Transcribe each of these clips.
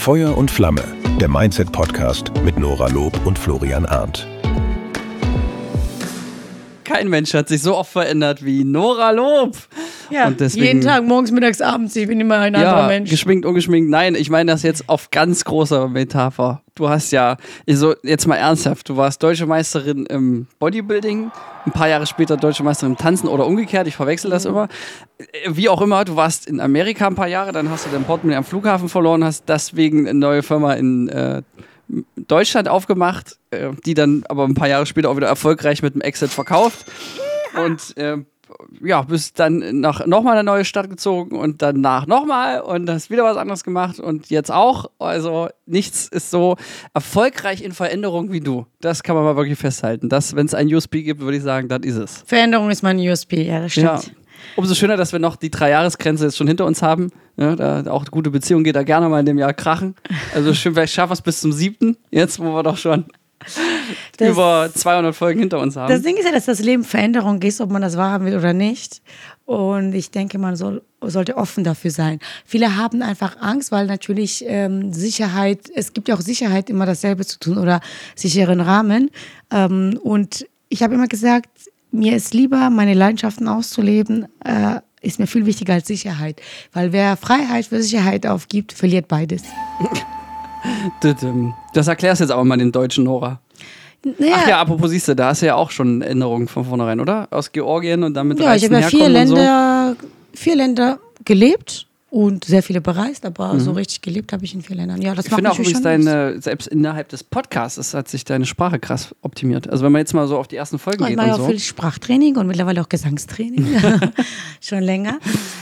Feuer und Flamme, der Mindset-Podcast mit Nora Lob und Florian Arndt. Kein Mensch hat sich so oft verändert wie Nora Lob. Ja, und deswegen, jeden Tag, morgens, mittags, abends. Ich bin immer ein anderer Mensch. Geschminkt, ungeschminkt. Nein, ich meine das jetzt auf ganz großer Metapher. Du hast ja, also jetzt mal ernsthaft, du warst Deutsche Meisterin im Bodybuilding, ein paar Jahre später Deutsche Meisterin im Tanzen oder umgekehrt, ich verwechsel das immer. Wie auch immer, du warst in Amerika ein paar Jahre, dann hast du dein Portemonnaie am Flughafen verloren, hast deswegen eine neue Firma in Deutschland aufgemacht, die dann aber ein paar Jahre später auch wieder erfolgreich mit dem Exit verkauft. Und bist dann nochmal eine neue Stadt gezogen und danach nochmal und hast wieder was anderes gemacht und jetzt auch. Also nichts ist so erfolgreich in Veränderung wie du. Das kann man mal wirklich festhalten. Wenn es ein USP gibt, würde ich sagen, das ist es. Veränderung ist mein USP, ja, das stimmt. Ja. Umso schöner, dass wir noch die 3-Jahres-Grenze jetzt schon hinter uns haben. Ja, da auch eine gute Beziehung geht da gerne mal in dem Jahr krachen. Also schön, vielleicht schaffen wir es bis zum 7. Jetzt, wo wir doch schon über 200 Folgen hinter uns haben. Das Ding ist ja, dass das Leben Veränderung ist, ob man das wahrhaben will oder nicht. Und ich denke, man sollte offen dafür sein. Viele haben einfach Angst, weil natürlich Sicherheit, es gibt ja auch Sicherheit, immer dasselbe zu tun oder sicheren Rahmen. Und ich habe immer gesagt, mir ist lieber, meine Leidenschaften auszuleben, ist mir viel wichtiger als Sicherheit. Weil wer Freiheit für Sicherheit aufgibt, verliert beides. Das erklärst jetzt aber mal den deutschen Nora. Naja. Ach ja, apropos siehst du, da hast du ja auch schon Erinnerungen von vornherein, oder? Aus Georgien und dann mit Reisen herkommen. Ja, ich habe ja 4 Länder gelebt und sehr viele bereist, aber so richtig gelebt habe ich in 4 Ländern. Ja, das ich finde auch übrigens selbst innerhalb des Podcasts hat sich deine Sprache krass optimiert. Also wenn man jetzt mal so auf die ersten Folgen geht und so. Ich mache auch viel Sprachtraining und mittlerweile auch Gesangstraining. Schon länger.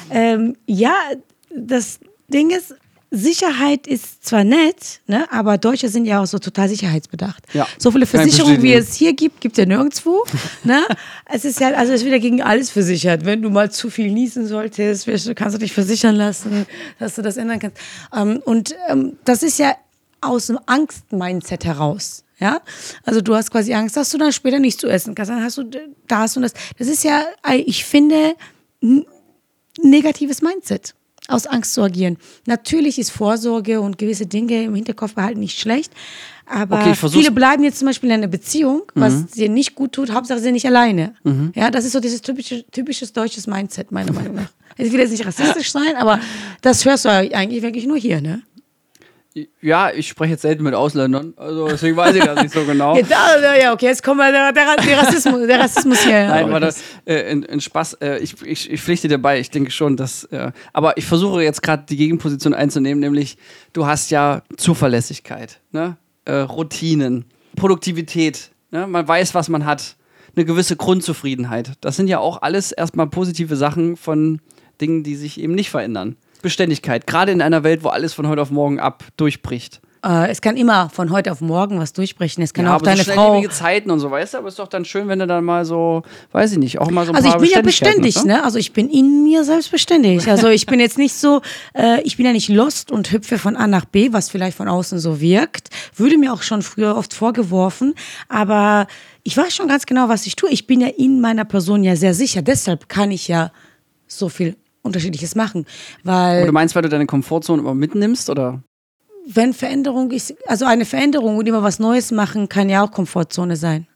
Das Ding ist, Sicherheit ist zwar nett, ne, aber Deutsche sind ja auch so total sicherheitsbedacht. Ja. So viele Versicherungen, wie es hier gibt es ja nirgendwo. Ne? Es ist ja, also es ist wieder gegen alles versichert. Wenn du mal zu viel niesen solltest, kannst du dich versichern lassen, dass du das ändern kannst. Das ist ja aus dem Angst-Mindset heraus. Ja? Also du hast quasi Angst, dass du dann später nicht zu essen kannst. Dann hast du das und das. Das ist ja, ich finde, ein negatives Mindset. Aus Angst zu agieren. Natürlich ist Vorsorge und gewisse Dinge im Hinterkopf behalten nicht schlecht, aber viele bleiben jetzt zum Beispiel in einer Beziehung, was dir nicht gut tut, Hauptsache sie sind nicht alleine. Ja, das ist so dieses typisches deutsches Mindset, meiner Meinung nach. Ich will jetzt nicht rassistisch sein, aber das hörst du eigentlich wirklich nur hier, ne? Ja, ich spreche jetzt selten mit Ausländern, also deswegen weiß ich das nicht so genau. Ja, okay, jetzt kommt mal der Rassismus hier. Nein, aber in Spaß, ich pflichte dir bei, ich denke schon, dass, aber ich versuche jetzt gerade die Gegenposition einzunehmen, nämlich du hast ja Zuverlässigkeit, ne? Routinen, Produktivität, ne? Man weiß, was man hat, eine gewisse Grundzufriedenheit. Das sind ja auch alles erstmal positive Sachen von Dingen, die sich eben nicht verändern. Beständigkeit, gerade in einer Welt, wo alles von heute auf morgen durchbricht. Es kann immer von heute auf morgen was durchbrechen. Es kann auch aber deine so Frau. Zeiten und so, weißt du, aber es ist doch dann schön, wenn du dann mal so, weiß ich nicht, auch mal so ein paar paar Beständigkeiten. Also ich bin ja beständig, ne? Also ich bin in mir selbst beständig. Also ich bin jetzt nicht so, ich bin ja nicht lost und hüpfe von A nach B, was vielleicht von außen so wirkt. Würde mir auch schon früher oft vorgeworfen, aber ich weiß schon ganz genau, was ich tue. Ich bin ja in meiner Person ja sehr sicher. Deshalb kann ich ja so viel Unterschiedliches machen. Aber du meinst, weil du deine Komfortzone immer mitnimmst, oder? Wenn Veränderung ist, also eine Veränderung und immer was Neues machen, kann ja auch Komfortzone sein.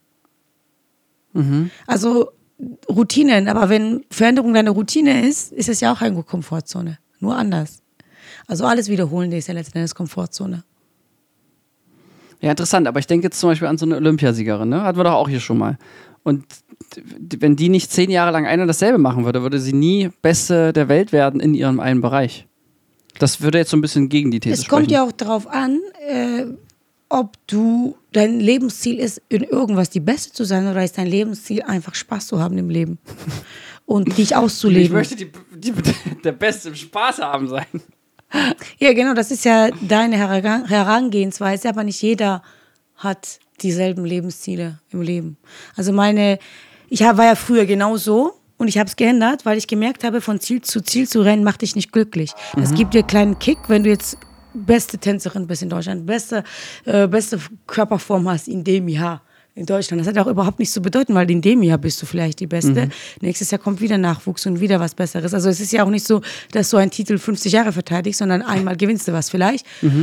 Also Routinen, aber wenn Veränderung deine Routine ist, ist es ja auch eine Komfortzone. Nur anders. Also alles Wiederholende ist ja letzten Endes Komfortzone. Ja, interessant, aber ich denke jetzt zum Beispiel an so eine Olympiasiegerin, ne? Hatten wir doch auch hier schon mal. Und wenn die nicht 10 Jahre lang ein und dasselbe machen würde, würde sie nie Beste der Welt werden in ihrem einen Bereich. Das würde jetzt so ein bisschen gegen die These sprechen. Es kommt ja auch darauf an, ob dein Lebensziel ist, in irgendwas die Beste zu sein, oder ist dein Lebensziel einfach Spaß zu haben im Leben und dich auszuleben. Ich möchte der Beste im Spaß haben sein. Ja, genau, das ist ja deine Herangehensweise, aber nicht jeder hat dieselben Lebensziele im Leben. Also ich war ja früher genauso und ich habe es geändert, weil ich gemerkt habe, von Ziel zu rennen macht dich nicht glücklich. Das gibt dir einen kleinen Kick, wenn du jetzt beste Tänzerin bist in Deutschland, beste Körperform hast in dem Jahr. in Deutschland. Das hat auch überhaupt nichts zu bedeuten, weil in dem Jahr bist du vielleicht die Beste. Nächstes Jahr kommt wieder Nachwuchs und wieder was Besseres. Also es ist ja auch nicht so, dass du einen Titel 50 Jahre verteidigst, sondern einmal gewinnst du was vielleicht.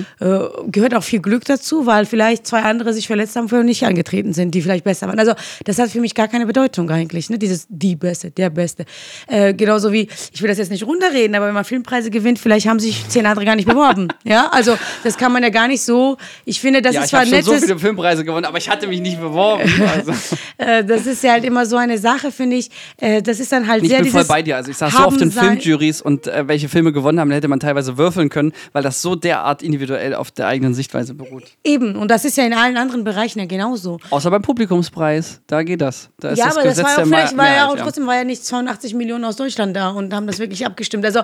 Gehört auch viel Glück dazu, weil vielleicht 2 andere sich verletzt haben, vorher nicht angetreten sind, die vielleicht besser waren. Also das hat für mich gar keine Bedeutung eigentlich, ne? Dieses die Beste, der Beste. Genauso wie, ich will das jetzt nicht runterreden, aber wenn man Filmpreise gewinnt, vielleicht haben sich 10 andere gar nicht beworben. Ja, also das kann man ja gar nicht so, ich finde, das ist zwar nettes... Ich habe schon so viele Filmpreise gewonnen, aber ich hatte mich nicht beworben. Also. Das ist ja halt immer so eine Sache, finde ich. Das ist dann halt ich sehr bin voll bei dir. Also ich saß so oft in Filmjurys und welche Filme gewonnen haben, da hätte man teilweise würfeln können, weil das so derart individuell auf der eigenen Sichtweise beruht. Eben, und das ist ja in allen anderen Bereichen ja genauso. Außer beim Publikumspreis, da geht das. Da ist ja, das aber Gesetz das war ja auch Mehrheit, trotzdem war ja nicht 82 Millionen aus Deutschland da und haben das wirklich abgestimmt. Also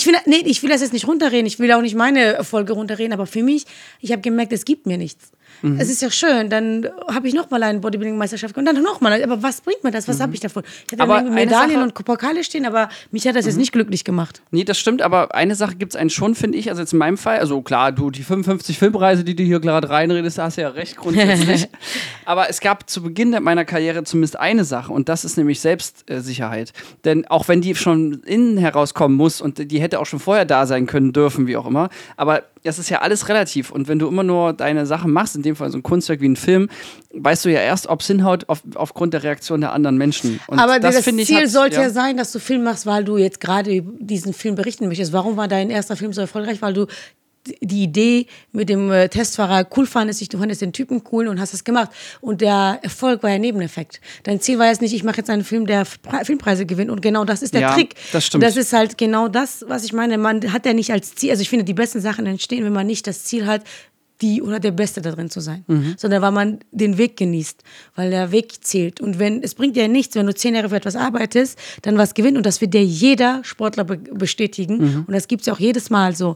ich will das jetzt nicht runterreden, ich will auch nicht meine Erfolge runterreden, aber für mich, ich habe gemerkt, es gibt mir nichts. Es ist ja schön, dann habe ich nochmal eine Bodybuilding-Meisterschaft und dann nochmal. Aber was bringt mir das? Was habe ich davon? Ich hatte Medaillen und Pokale stehen, aber mich hat das jetzt nicht glücklich gemacht. Nee, das stimmt, aber eine Sache gibt es einen schon, finde ich. Also jetzt in meinem Fall, also klar, du, die 55 Filmpreise, die du hier gerade reinredest, hast du ja recht grundsätzlich. Aber es gab zu Beginn meiner Karriere zumindest eine Sache und das ist nämlich Selbstsicherheit. Denn auch wenn die schon innen herauskommen muss und die hätte auch schon vorher da sein können dürfen, wie auch immer, aber das ist ja alles relativ und wenn du immer nur deine Sachen machst, in dem Fall so ein Kunstwerk wie ein Film, weißt du ja erst, ob es hinhaut aufgrund der Reaktion der anderen Menschen. Und aber das Ziel sollte ja sein, dass du Film machst, weil du jetzt gerade über diesen Film berichten möchtest. Warum war dein erster Film so erfolgreich? Weil du die Idee mit dem Testfahrer cool fandest, du fandest den Typen cool und hast das gemacht. Und der Erfolg war ja Nebeneffekt. Dein Ziel war jetzt nicht, ich mache jetzt einen Film, der Filmpreise gewinnt und genau das ist der Trick. Das stimmt. Das ist halt genau das, was ich meine. Man hat ja nicht als Ziel, also ich finde, die besten Sachen entstehen, wenn man nicht das Ziel hat, die oder der Beste da drin zu sein, sondern weil man den Weg genießt, weil der Weg zählt. Und es bringt dir nichts, wenn du 10 Jahre für etwas arbeitest, dann was gewinnen und das wird dir jeder Sportler bestätigen und das gibt es ja auch jedes Mal so.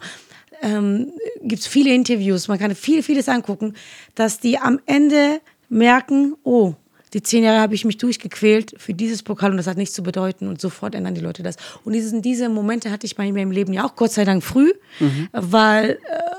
Gibt es viele Interviews, man kann vieles angucken, dass die am Ende merken, oh, die 10 Jahre habe ich mich durchgequält für dieses Pokal und das hat nichts zu bedeuten und sofort ändern die Leute das. Und diese Momente hatte ich bei mir im Leben ja auch Gott sei Dank früh, weil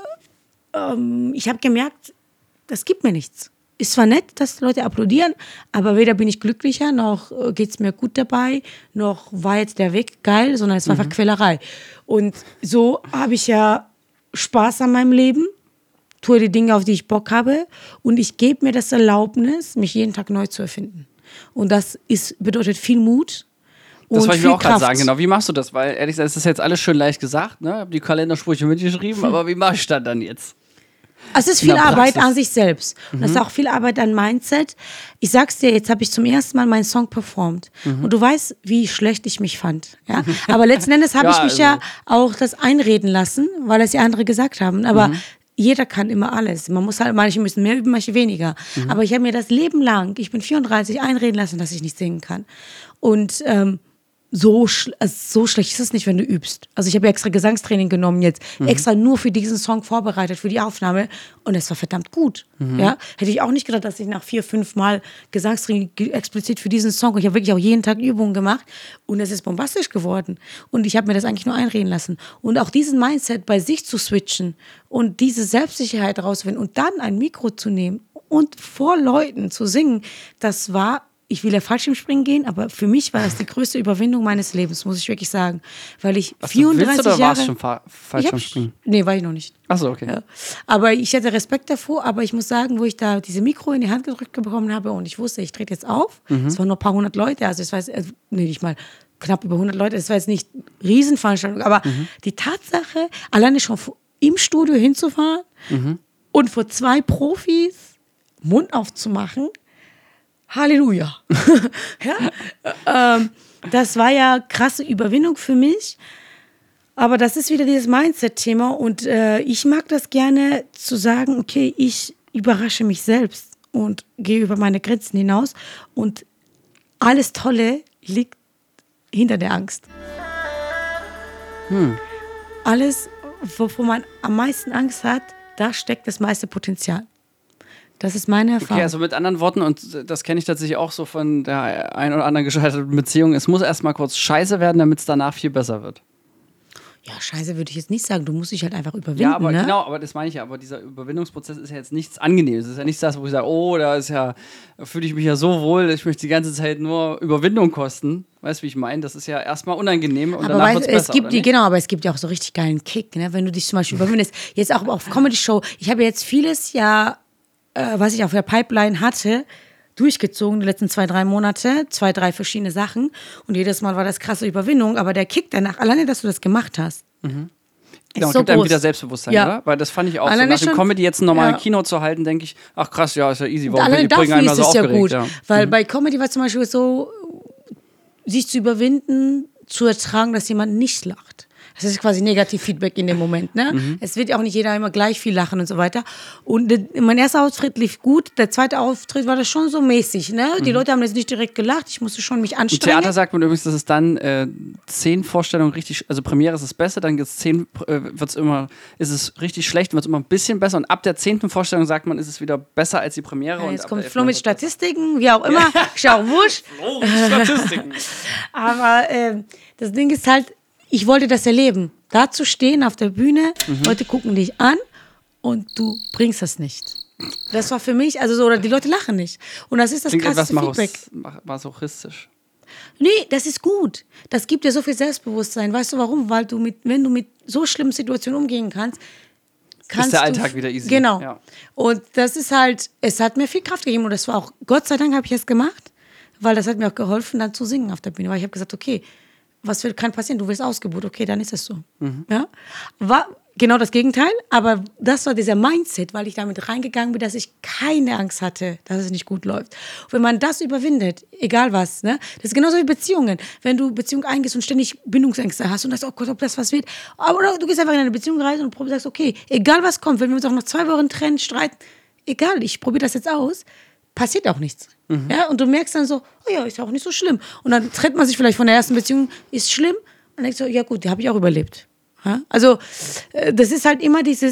ich habe gemerkt, das gibt mir nichts. Ist zwar nett, dass Leute applaudieren, aber weder bin ich glücklicher, noch geht es mir gut dabei, noch war jetzt der Weg geil, sondern es war einfach Quälerei. Und so habe ich ja Spaß an meinem Leben, tue die Dinge, auf die ich Bock habe und ich gebe mir das Erlaubnis, mich jeden Tag neu zu erfinden. Und das bedeutet viel Mut. Das wollte ich mir auch gerade sagen, genau. Wie machst du das? Weil ehrlich gesagt, ist das jetzt alles schön leicht gesagt, ne? Ich habe die Kalendersprüche mitgeschrieben, aber wie mache ich das dann jetzt? Es ist viel Arbeit an sich selbst. Das ist auch viel Arbeit an Mindset. Ich sag's dir, jetzt habe ich zum ersten Mal meinen Song performt. Und du weißt, wie schlecht ich mich fand. Ja? Aber letzten Endes habe ich mich ja auch das einreden lassen, weil es ja andere gesagt haben. Aber jeder kann immer alles. Man muss halt, manche müssen mehr üben, manche weniger. Aber ich habe mir das Leben lang, ich bin 34, einreden lassen, dass ich nicht singen kann. Und so schlecht ist es nicht, wenn du übst. Also ich habe extra Gesangstraining genommen jetzt, extra nur für diesen Song vorbereitet, für die Aufnahme und es war verdammt gut. Ja? Hätte ich auch nicht gedacht, dass ich nach 4-5 Mal Gesangstraining explizit für diesen Song, und ich habe wirklich auch jeden Tag Übungen gemacht und es ist bombastisch geworden und ich habe mir das eigentlich nur einreden lassen. Und auch diesen Mindset bei sich zu switchen und diese Selbstsicherheit rauszufinden und dann ein Mikro zu nehmen und vor Leuten zu singen, das war, ich will ja Fallschirmspringen gehen, aber für mich war das die größte Überwindung meines Lebens, muss ich wirklich sagen. Weil ich 34 Jahre... Warst du schon Fallschirmspringen? Nee, war ich noch nicht. Ach so, okay. Ja. Aber ich hatte Respekt davor, aber ich muss sagen, wo ich da diese Mikro in die Hand gedrückt bekommen habe und ich wusste, ich trete jetzt auf, es waren nur ein paar hundert Leute, also es war, nicht mal knapp über 100 Leute, es war jetzt nicht Riesenveranstaltung, aber die Tatsache, alleine schon im Studio hinzufahren und vor 2 Profis Mund aufzumachen, Halleluja. Ja? Das war ja krasse Überwindung für mich. Aber das ist wieder dieses Mindset-Thema. Und ich mag das gerne zu sagen, okay, ich überrasche mich selbst und gehe über meine Grenzen hinaus. Und alles Tolle liegt hinter der Angst. Alles, wovor man am meisten Angst hat, da steckt das meiste Potenzial. Das ist meine Erfahrung. Okay, also mit anderen Worten, und das kenne ich tatsächlich auch so von der ein oder anderen gescheiterten Beziehung, es muss erstmal kurz scheiße werden, damit es danach viel besser wird. Ja, scheiße würde ich jetzt nicht sagen. Du musst dich halt einfach überwinden. Ja, aber ne? Genau, aber das meine ich ja. Aber dieser Überwindungsprozess ist ja jetzt nichts Angenehmes. Es ist ja nicht das, wo ich sage, oh, da fühle ich mich ja so wohl, ich möchte die ganze Zeit nur Überwindung kosten. Weißt du, wie ich meine? Das ist ja erstmal unangenehm und aber danach wird es besser, Genau, aber es gibt ja auch so richtig geilen Kick, ne? Wenn du dich zum Beispiel überwindest. Jetzt auch auf Comedy-Show. Ich habe jetzt vieles was ich auf der Pipeline hatte, durchgezogen die letzten 2-3 Monate, 2-3 verschiedene Sachen und jedes Mal war das krasse Überwindung, aber der Kick danach, alleine, dass du das gemacht hast, Genau, so gibt einem wieder Selbstbewusstsein, oder? Weil das fand ich auch alleine so. Nach dem Comedy jetzt ein normales Kino zu halten, denke ich, ach krass, ja, ist ja easy. Warum alleine dafür ist es ja gut, ja. weil bei Comedy war zum Beispiel so, sich zu überwinden, zu ertragen, dass jemand nicht lacht. Das ist quasi Negativ-Feedback in dem Moment. Ne? Es wird ja auch nicht jeder immer gleich viel lachen und so weiter. Und mein erster Auftritt lief gut. Der zweite Auftritt war das schon so mäßig. Ne? Die Leute haben jetzt nicht direkt gelacht. Ich musste schon mich anstrengen. Im Theater sagt man übrigens, dass es dann 10 Vorstellungen richtig, also Premiere ist es besser, dann gibt es 10, ist es richtig schlecht, wird es immer ein bisschen besser. Und ab der 10. Vorstellung sagt man, ist es wieder besser als die Premiere. Ja, jetzt kommt Flo mit Statistiken, wie auch immer. Ist ja auch wurscht. Flo mit Statistiken. Aber das Ding ist halt, ich wollte das erleben. Da zu stehen auf der Bühne, Leute gucken dich an und du bringst das nicht. Das war für mich, also so, oder die Leute lachen nicht. Und das ist das krasseste Feedback. Masochistisch. Nee, das ist gut. Das gibt dir so viel Selbstbewusstsein. Weißt du warum? Weil wenn du mit so schlimmen Situationen umgehen kannst ist der Alltag wieder easy. Genau. Ja. Und das ist halt, es hat mir viel Kraft gegeben und das war auch, Gott sei Dank habe ich es gemacht, weil das hat mir auch geholfen, dann zu singen auf der Bühne. Weil ich habe gesagt, okay, kann passieren? Du wirst ausgebucht, okay, dann ist es so. Ja? War genau das Gegenteil, aber das war dieser Mindset, weil ich damit reingegangen bin, dass ich keine Angst hatte, dass es nicht gut läuft. Und wenn man das überwindet, egal was, ne? Das ist genauso wie Beziehungen. Wenn du Beziehung eingehst und ständig Bindungsängste hast und sagst, oh Gott, ob das was wird, oder du gehst einfach in eine Beziehung rein und sagst, okay, egal was kommt, wenn wir uns auch noch 2 Wochen trennen, streiten, egal, ich probiere das jetzt aus, passiert auch nichts. Ja, und du merkst dann so, oh ja, ist ja auch nicht so schlimm. Und dann trennt man sich vielleicht von der ersten Beziehung, ist schlimm. Und dann denkst du, ja gut, die habe ich auch überlebt. Ja? Also das ist halt immer diese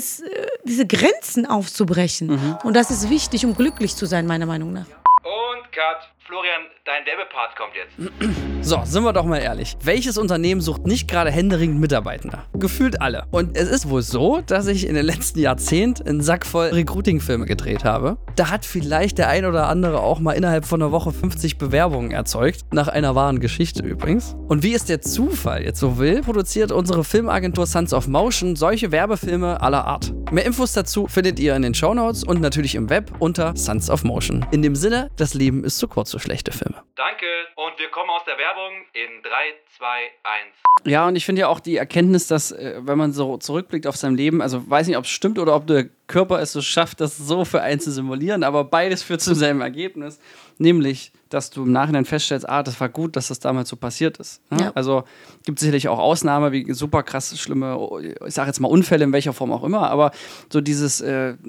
Grenzen aufzubrechen. Und das ist wichtig, um glücklich zu sein, meiner Meinung nach. Und Cut. Florian, dein Werbepart kommt jetzt. So, sind wir doch mal ehrlich. Welches Unternehmen sucht nicht gerade händeringend Mitarbeitende? Gefühlt alle. Und es ist wohl so, dass ich in den letzten Jahrzehnten einen Sack voll Recruiting-Filme gedreht habe. Da hat vielleicht der ein oder andere auch mal innerhalb von einer Woche 50 Bewerbungen erzeugt. Nach einer wahren Geschichte übrigens. Und wie es der Zufall jetzt so will, produziert unsere Filmagentur Sons of Motion solche Werbefilme aller Art. Mehr Infos dazu findet ihr in den Shownotes und natürlich im Web unter Sons of Motion. In dem Sinne, das Leben ist zu kurz für schlechte Filme. Danke. Und wir kommen aus der Werbung in 3, 2, 1. Ja, und ich finde ja auch die Erkenntnis, dass, wenn man so zurückblickt auf sein Leben, also weiß nicht, ob es stimmt oder ob der Körper es so schafft, das so für einen zu simulieren, aber beides führt zu seinem Ergebnis, nämlich, dass du im Nachhinein feststellst, das war gut, dass das damals so passiert ist. Ne? Ja. Also gibt es sicherlich auch Ausnahmen, wie super krass schlimme, ich sage jetzt mal Unfälle, in welcher Form auch immer, aber so dieses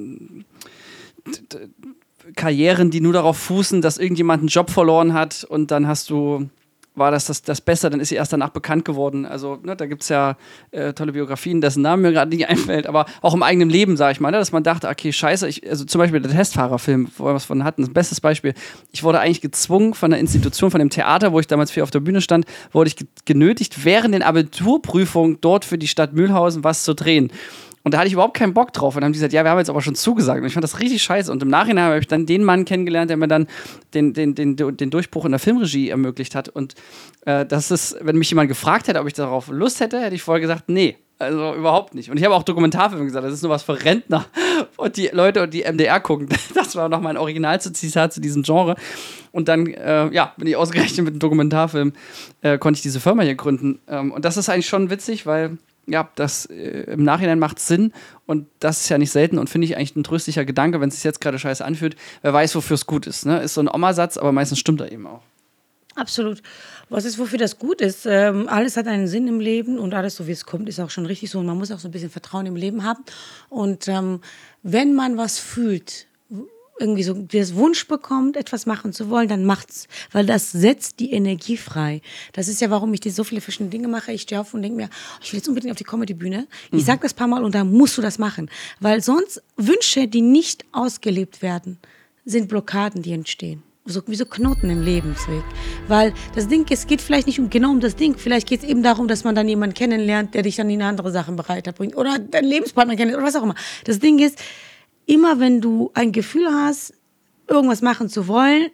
Karrieren, die nur darauf fußen, dass irgendjemand einen Job verloren hat und dann war das Beste, dann ist sie erst danach bekannt geworden. Also, ne, da gibt es ja tolle Biografien, dessen Name mir gerade nicht einfällt, aber auch im eigenen Leben, sage ich mal, ne, dass man dachte, okay, scheiße, also zum Beispiel der Testfahrerfilm, wo wir was von hatten, das bestes Beispiel, ich wurde eigentlich gezwungen von der Institution, von dem Theater, wo ich damals viel auf der Bühne stand, wurde ich genötigt, während den Abiturprüfungen dort für die Stadt Mühlhausen was zu drehen. Und da hatte ich überhaupt keinen Bock drauf. Und dann haben die gesagt, ja, wir haben jetzt aber schon zugesagt. Und ich fand das richtig scheiße. Und im Nachhinein habe ich dann den Mann kennengelernt, der mir dann den Durchbruch in der Filmregie ermöglicht hat. Und das ist, wenn mich jemand gefragt hätte, ob ich darauf Lust hätte, hätte ich vorher gesagt, nee. Also überhaupt nicht. Und ich habe auch Dokumentarfilme gesagt, das ist nur was für Rentner und die Leute, die MDR gucken. Das war noch mein Originalzitat zu diesem Genre. Und dann, bin ich ausgerechnet mit einem Dokumentarfilm, konnte ich diese Firma hier gründen. Und das ist eigentlich schon witzig, weil das im Nachhinein macht Sinn und das ist ja nicht selten und finde ich eigentlich ein tröstlicher Gedanke, wenn es sich jetzt gerade scheiße anfühlt. Wer weiß, wofür es gut ist. Ne? Ist so ein Oma-Satz, aber meistens stimmt er eben auch. Absolut. Was ist, wofür das gut ist? Alles hat einen Sinn im Leben und alles, so wie es kommt, ist auch schon richtig so. Und man muss auch so ein bisschen Vertrauen im Leben haben. Und wenn man was fühlt, irgendwie so das Wunsch bekommt, etwas machen zu wollen, dann macht's, weil das setzt die Energie frei. Das ist ja, warum ich so viele verschiedene Dinge mache. Ich stehe auf und denke mir, ich will jetzt unbedingt auf die Comedy-Bühne. Ich sage das ein paar Mal und dann musst du das machen. Weil sonst Wünsche, die nicht ausgelebt werden, sind Blockaden, die entstehen. wie so Knoten im Lebensweg. Weil das Ding, es geht vielleicht nicht genau um das Ding, vielleicht geht es eben darum, dass man dann jemanden kennenlernt, der dich dann in andere Sachen weiterbringt oder deinen Lebenspartner kennenlernt oder was auch immer. Das Ding ist, immer wenn du ein Gefühl hast, irgendwas machen zu wollen,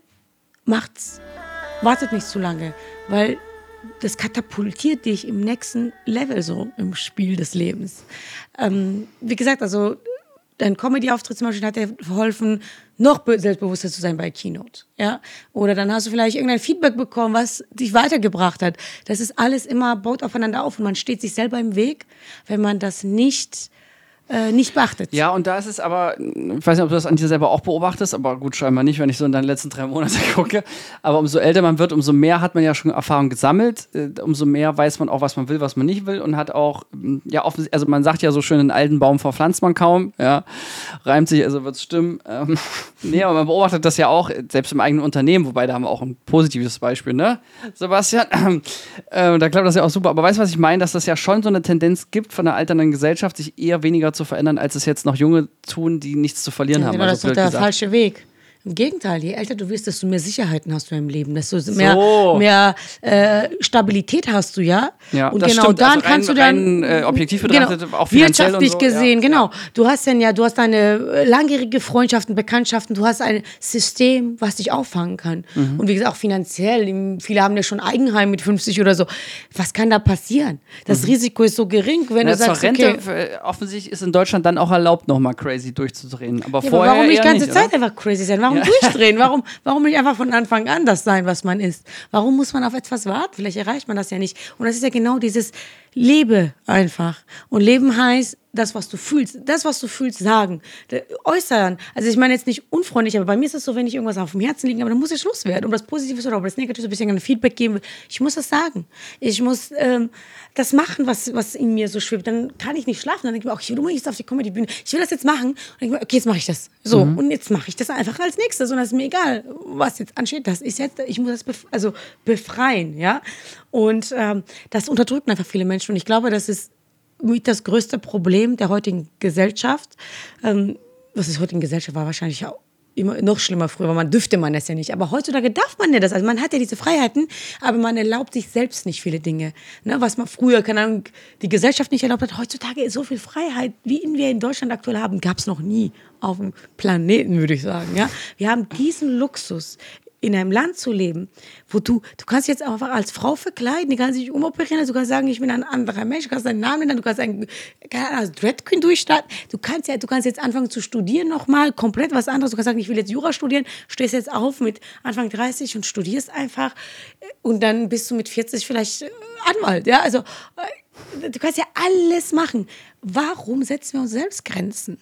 wartet nicht zu lange, weil das katapultiert dich im nächsten Level so im Spiel des Lebens. Wie gesagt, also dein Comedy-Auftritt zum Beispiel hat dir verholfen, noch selbstbewusster zu sein bei Keynote. Ja? Oder dann hast du vielleicht irgendein Feedback bekommen, was dich weitergebracht hat. Das ist alles immer, baut aufeinander auf und man steht sich selber im Weg, wenn man das nicht beachtet. Ja, und da ist es aber, ich weiß nicht, ob du das an dir selber auch beobachtest, aber gut, scheinbar nicht, wenn ich so in deinen letzten 3 Monate gucke. Aber umso älter man wird, umso mehr hat man ja schon Erfahrung gesammelt, umso mehr weiß man auch, was man will, was man nicht will und hat auch, ja, also man sagt ja so schön, einen alten Baum verpflanzt man kaum, ja, reimt sich, also wird es stimmen. Nee, aber man beobachtet das ja auch, selbst im eigenen Unternehmen, wobei da haben wir auch ein positives Beispiel, ne, Sebastian? Da klappt das ja auch super, aber weißt du, was ich meine, dass das ja schon so eine Tendenz gibt von der alternden Gesellschaft, sich eher weniger zu verändern, als es jetzt noch Junge tun, die nichts zu verlieren haben. Genau, das ist doch der falsche Weg. Im Gegenteil, je älter du wirst, desto mehr Sicherheiten hast du im Leben, desto mehr Stabilität hast du, ja. Ja, und das genau stimmt. dann also kannst du dann objektiv betrachtet, auch finanziell wirtschaftlich und so, gesehen, ja. genau. Du hast deine langjährige Freundschaften, Bekanntschaften, du hast ein System, was dich auffangen kann. Und wie gesagt, auch finanziell, viele haben ja schon Eigenheim mit 50 oder so. Was kann da passieren? Das Risiko ist so gering, wenn du sagst, Rente, offensichtlich ist in Deutschland dann auch erlaubt, nochmal crazy durchzudrehen. Aber ja, vorher aber warum nicht die ganze nicht, Zeit einfach crazy sein? Warum durchdrehen? Warum nicht einfach von Anfang an das sein, was man ist? Warum muss man auf etwas warten? Vielleicht erreicht man das ja nicht. Und das ist ja genau dieses Lebe einfach. Und Leben heißt, das, was du fühlst, sagen, äußern. Also ich meine jetzt nicht unfreundlich, aber bei mir ist es so, wenn ich irgendwas auf dem Herzen liegt, aber dann muss ich loswerden. Ob das Positives oder ob das Negatives, ein bisschen ein Feedback geben. Ich muss das sagen. Ich muss das machen, was in mir so schwebt. Dann kann ich nicht schlafen. Dann denke ich mir auch, ich will jetzt auf die Comedy-Bühne. Ich will das jetzt machen. Und denke mir, okay, jetzt mache ich das. So, und jetzt mache ich das einfach als nächstes. Und das ist mir egal, was jetzt ansteht. Ich muss das befreien. Ja? Und das unterdrücken einfach viele Menschen. Und ich glaube, das ist mit das größte Problem der heutigen Gesellschaft. Was ist heutigen Gesellschaft war wahrscheinlich auch immer noch schlimmer früher, weil dürfte man das ja nicht. Aber heutzutage darf man ja das. Also man hat ja diese Freiheiten, aber man erlaubt sich selbst nicht viele Dinge. Ne, was man früher, keine Ahnung, die Gesellschaft nicht erlaubt hat. Heutzutage ist so viel Freiheit, wie wir in Deutschland aktuell haben, gab es noch nie auf dem Planeten, würde ich sagen. Ja? Wir haben diesen Luxus, in einem Land zu leben, wo du kannst jetzt einfach als Frau verkleiden, die kannst dich umoperieren, also du kannst sagen, ich bin ein anderer Mensch, du kannst deinen Namen nennen, du kannst als Drag Queen durchstarten, du kannst jetzt anfangen zu studieren nochmal, komplett was anderes, du kannst sagen, ich will jetzt Jura studieren, stehst jetzt auf mit Anfang 30 und studierst einfach und dann bist du mit 40 vielleicht Anwalt, ja, also du kannst ja alles machen. Warum setzen wir uns selbst Grenzen?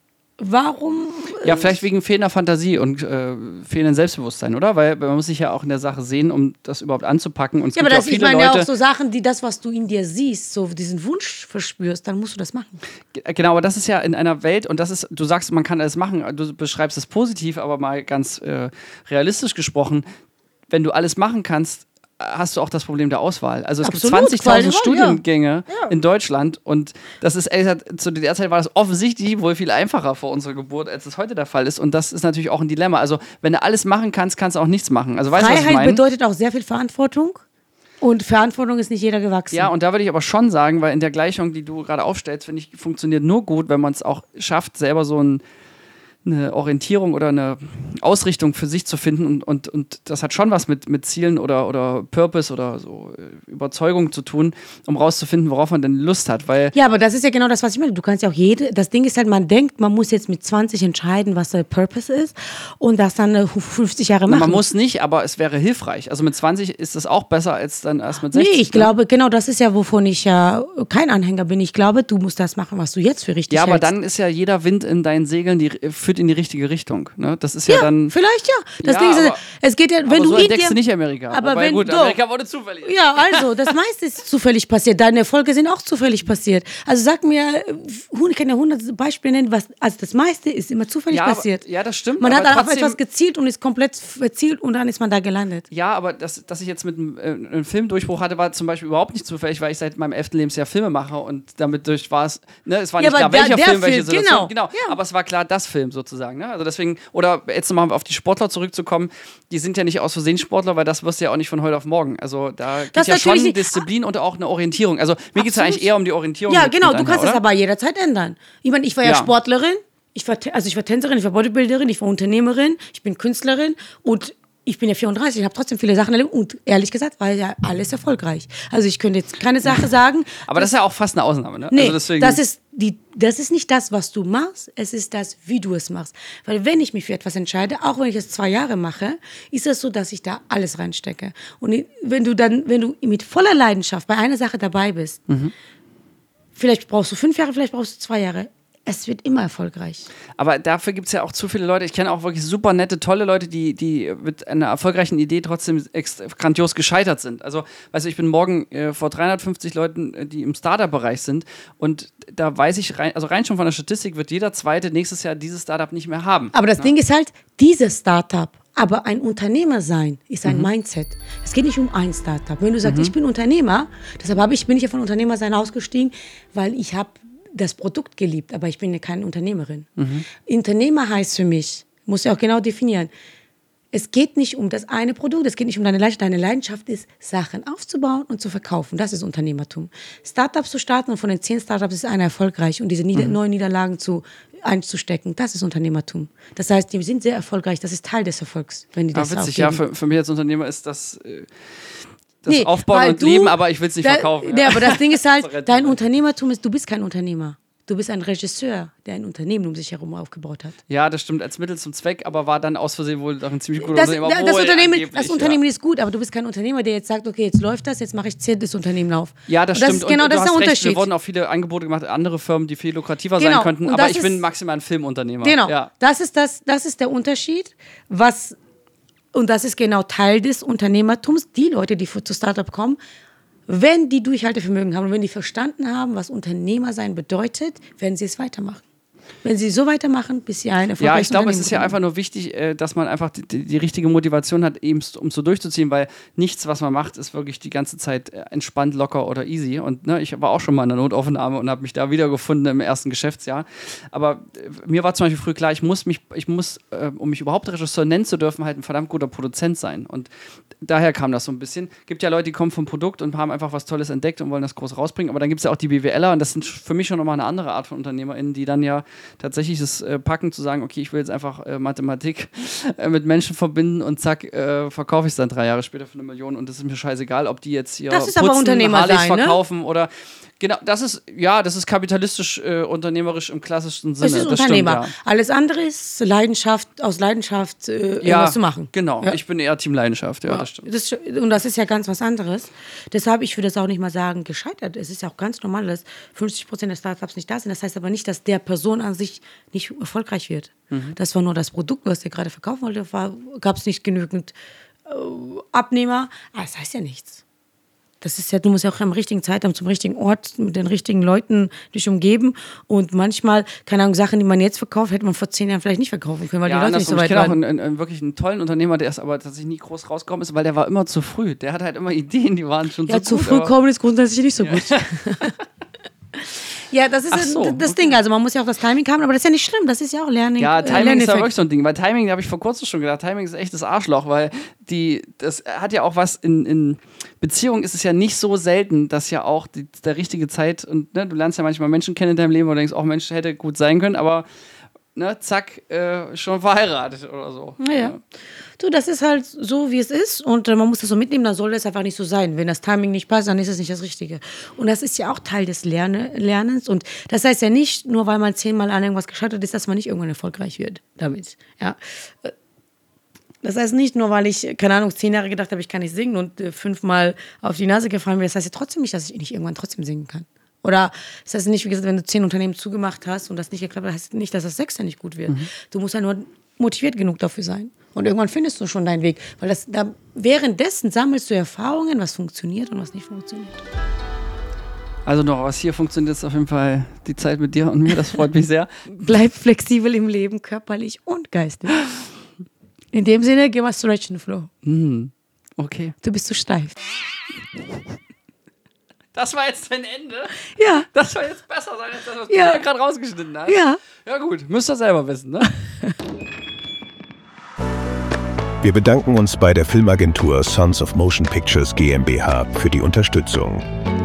Warum? Ja, vielleicht wegen fehlender Fantasie und fehlendem Selbstbewusstsein, oder? Weil man muss sich ja auch in der Sache sehen, um das überhaupt anzupacken. Und es ja, gibt aber das viele ist man Leute, ja auch so Sachen, was du in dir siehst, so diesen Wunsch verspürst, dann musst du das machen. Genau, aber das ist ja in einer Welt, und das ist, du sagst, man kann alles machen, du beschreibst es positiv, aber mal ganz realistisch gesprochen, wenn du alles machen kannst, hast du auch das Problem der Auswahl. Also es Absolut, gibt 20.000 Studiengänge in Deutschland und das ist, ehrlich gesagt, zu der Zeit war das offensichtlich wohl viel einfacher vor unserer Geburt, als es heute der Fall ist und das ist natürlich auch ein Dilemma. Also wenn du alles machen kannst, kannst du auch nichts machen. Also weißt du, was ich meine? Freiheit bedeutet auch sehr viel Verantwortung und Verantwortung ist nicht jeder gewachsen. Ja, und da würde ich aber schon sagen, weil in der Gleichung, die du gerade aufstellst, finde ich, funktioniert nur gut, wenn man es auch schafft, selber so eine Orientierung oder eine Ausrichtung für sich zu finden und das hat schon was mit Zielen oder Purpose oder so Überzeugung zu tun, um rauszufinden, worauf man denn Lust hat, weil... Ja, aber das ist ja genau das, was ich meine. Du kannst ja auch das Ding ist halt, man denkt, man muss jetzt mit 20 entscheiden, was der Purpose ist und das dann 50 Jahre machen. Man muss nicht, aber es wäre hilfreich. Also mit 20 ist es auch besser als dann erst mit 60. Nee, ich glaube, genau das ist ja, wovon ich ja kein Anhänger bin. Ich glaube, du musst das machen, was du jetzt für richtig hältst. Ja, aber dann ist ja jeder Wind in deinen Segeln, führt in die richtige Richtung. Ne? Das ist ja dann... vielleicht ja. Das Ding ist, es geht ja, wenn aber du so entdeckst du nicht Amerika. Aber wobei, gut, Amerika wurde zufällig. Ja, also, das meiste ist zufällig passiert. Deine Erfolge sind auch zufällig passiert. Also sag mir, ich kann ja 100 Beispiele nennen, also das meiste ist immer zufällig passiert. Ja, das stimmt. Man hat dann auf etwas gezielt und ist komplett verzielt und dann ist man da gelandet. Ja, aber dass ich jetzt mit einem Filmdurchbruch hatte, war zum Beispiel überhaupt nicht zufällig, weil ich seit meinem 11. Lebensjahr Filme mache und damit durch war es, ne, es war nicht klar, welcher Film, welche Situation. Genau. Ja. Aber es war klar, das Film. sozusagen. Ne? Also deswegen, oder jetzt nochmal auf die Sportler zurückzukommen, die sind ja nicht aus Versehen Sportler, weil das wirst du ja auch nicht von heute auf morgen. Also da geht ja schon Disziplin und auch eine Orientierung. Also mir geht es ja eigentlich eher um die Orientierung. Ja, genau, du kannst das aber jederzeit ändern. Ich meine, ich war ja Sportlerin, ich war Tänzerin, ich war Bodybuilderin, ich war Unternehmerin, ich bin Künstlerin und ich bin ja 34, ich habe trotzdem viele Sachen erlebt und ehrlich gesagt war ja alles erfolgreich. Also ich könnte jetzt keine Sache sagen. Aber das ist ja auch fast eine Ausnahme, ne? Nee, also deswegen das ist nicht das, was du machst, es ist das, wie du es machst. Weil wenn ich mich für etwas entscheide, auch wenn ich es 2 Jahre mache, ist es so, dass ich da alles reinstecke. Und wenn du mit voller Leidenschaft bei einer Sache dabei bist, vielleicht brauchst du 5 Jahre, vielleicht brauchst du 2 Jahre. Es wird immer erfolgreich. Aber dafür gibt es ja auch zu viele Leute. Ich kenne auch wirklich super nette, tolle Leute, die mit einer erfolgreichen Idee trotzdem grandios gescheitert sind. Also, weißt du, ich bin morgen vor 350 Leuten, die im Startup-Bereich sind. Und da weiß ich, rein schon von der Statistik wird jeder Zweite nächstes Jahr dieses Startup nicht mehr haben. Aber das Ding ist halt, dieses Startup, aber ein Unternehmer sein ist ein Mindset. Es geht nicht um ein Startup. Wenn du sagst, ich bin Unternehmer, deshalb bin ich ja von Unternehmersein ausgestiegen, weil ich habe das Produkt geliebt, aber ich bin ja keine Unternehmerin. Unternehmer heißt für mich, muss ja auch genau definieren, es geht nicht um das eine Produkt, es geht nicht um deine Leidenschaft. Deine Leidenschaft ist, Sachen aufzubauen und zu verkaufen. Das ist Unternehmertum. Startups zu starten und von den 10 Startups ist einer erfolgreich und diese 9 Niederlagen einzustecken, das ist Unternehmertum. Das heißt, die sind sehr erfolgreich, das ist Teil des Erfolgs, wenn die das witzig, aufgeben. Ja, für mich als Unternehmer ist das Aufbauen und Leben, aber ich will es nicht verkaufen. Nee, aber das Ding ist halt, dein Unternehmertum ist, du bist kein Unternehmer. Du bist ein Regisseur, der ein Unternehmen um sich herum aufgebaut hat. Ja, das stimmt, als Mittel zum Zweck, aber war dann aus Versehen wohl doch ein ziemlich guter Unternehmer. Das Unternehmen ist gut, aber du bist kein Unternehmer, der jetzt sagt, okay, jetzt läuft das, jetzt mache ich 10. Unternehmen auf. Ja, das stimmt. Ist genau, und das ist der Unterschied. Recht, wir wurden auch viele Angebote gemacht, andere Firmen, die viel lukrativer sein könnten, aber ich bin maximal ein Filmunternehmer. Genau, ja. das ist der Unterschied, und das ist genau Teil des Unternehmertums. Die Leute, die zu Startup kommen, wenn die Durchhaltevermögen haben und wenn die verstanden haben, was Unternehmer sein bedeutet, werden sie es weitermachen. Wenn sie so weitermachen, bis sie ein erfolgreiches Ja, ich glaube, es ist ja einfach nur wichtig, dass man einfach die richtige Motivation hat, eben um so durchzuziehen, weil nichts, was man macht, ist wirklich die ganze Zeit entspannt, locker oder easy. Und ich war auch schon mal in der Notaufnahme und habe mich da wiedergefunden im ersten Geschäftsjahr. Aber mir war zum Beispiel früh klar, ich muss, um mich überhaupt Regisseur nennen zu dürfen, halt ein verdammt guter Produzent sein. Und daher kam das so ein bisschen. Gibt ja Leute, die kommen vom Produkt und haben einfach was Tolles entdeckt und wollen das groß rausbringen. Aber dann gibt es ja auch die BWLer und das sind für mich schon nochmal eine andere Art von UnternehmerInnen, die dann ja tatsächlich das packen, zu sagen, okay, ich will jetzt einfach Mathematik mit Menschen verbinden und zack, verkaufe ich es dann 3 Jahre später für 1 Million und das ist mir scheißegal, ob die jetzt hier Harleys verkaufen oder genau, das ist kapitalistisch, unternehmerisch im klassischsten Sinne. Es ist Unternehmer. Stimmt, ja. Alles andere ist aus Leidenschaft irgendwas zu machen. Genau, ich bin eher Team Leidenschaft, das stimmt. Und das ist ja ganz was anderes. Deshalb, ich würde das auch nicht mal sagen, gescheitert. Es ist ja auch ganz normal, dass 50% der Startups nicht da sind. Das heißt aber nicht, dass der Person an sich nicht erfolgreich wird. Das war nur das Produkt, was der gerade verkaufen wollte. Gab es nicht genügend Abnehmer. Aber das heißt ja nichts. Das ist ja, du musst ja auch am richtigen Zeitraum zum richtigen Ort mit den richtigen Leuten dich umgeben. Und manchmal, keine Ahnung, Sachen, die man jetzt verkauft, hätte man vor 10 Jahren vielleicht nicht verkaufen können, weil die Leute nicht so weit waren. Ich kenne auch wirklich einen tollen Unternehmer, der ist aber tatsächlich nie groß rausgekommen ist, weil der war immer zu früh. Der hat halt immer Ideen, die waren schon so gut. Ja, zu früh kommen ist grundsätzlich nicht so gut. Ja, das ist das Ding. Also man muss ja auch das Timing haben, aber das ist ja nicht schlimm. Das ist ja auch Lernen. Ja, Timing ist ja wirklich so ein Ding. Weil Timing, da habe ich vor kurzem schon gedacht, Timing ist echt das Arschloch, weil das hat ja auch was in Beziehungen ist es ja nicht so selten, dass ja auch der richtige Zeit und du lernst ja manchmal Menschen kennen in deinem Leben und denkst, auch Mensch, hätte gut sein können, aber zack, schon verheiratet oder so. Ja. Du, das ist halt so, wie es ist und man muss das so mitnehmen, dann soll das einfach nicht so sein. Wenn das Timing nicht passt, dann ist es nicht das Richtige. Und das ist ja auch Teil des Lernens und das heißt ja nicht, nur weil man 10-mal an irgendwas gescheitert ist, dass man nicht irgendwann erfolgreich wird damit. Ja. Das heißt nicht nur, weil ich, keine Ahnung, 10 Jahre gedacht habe, ich kann nicht singen und 5-mal auf die Nase gefallen bin, das heißt ja trotzdem nicht, dass ich nicht irgendwann trotzdem singen kann. Oder das heißt nicht, wie gesagt, wenn du 10 Unternehmen zugemacht hast und das nicht geklappt hat, heißt nicht, dass das 6. nicht gut wird. Du musst ja nur motiviert genug dafür sein. Und irgendwann findest du schon deinen Weg. Weil währenddessen sammelst du Erfahrungen, was funktioniert und was nicht funktioniert. Also noch was hier funktioniert, ist auf jeden Fall die Zeit mit dir und mir. Das freut mich sehr. Bleib flexibel im Leben, körperlich und geistig. In dem Sinne, geh mal stretchen, Flo. Okay. Du bist zu steif. Das war jetzt dein Ende? Ja. Das soll jetzt besser sein, als das, was du gerade rausgeschnitten hast? Ja. Ja gut, müsst ihr selber wissen, ne? Wir bedanken uns bei der Filmagentur Sons of Motion Pictures GmbH für die Unterstützung.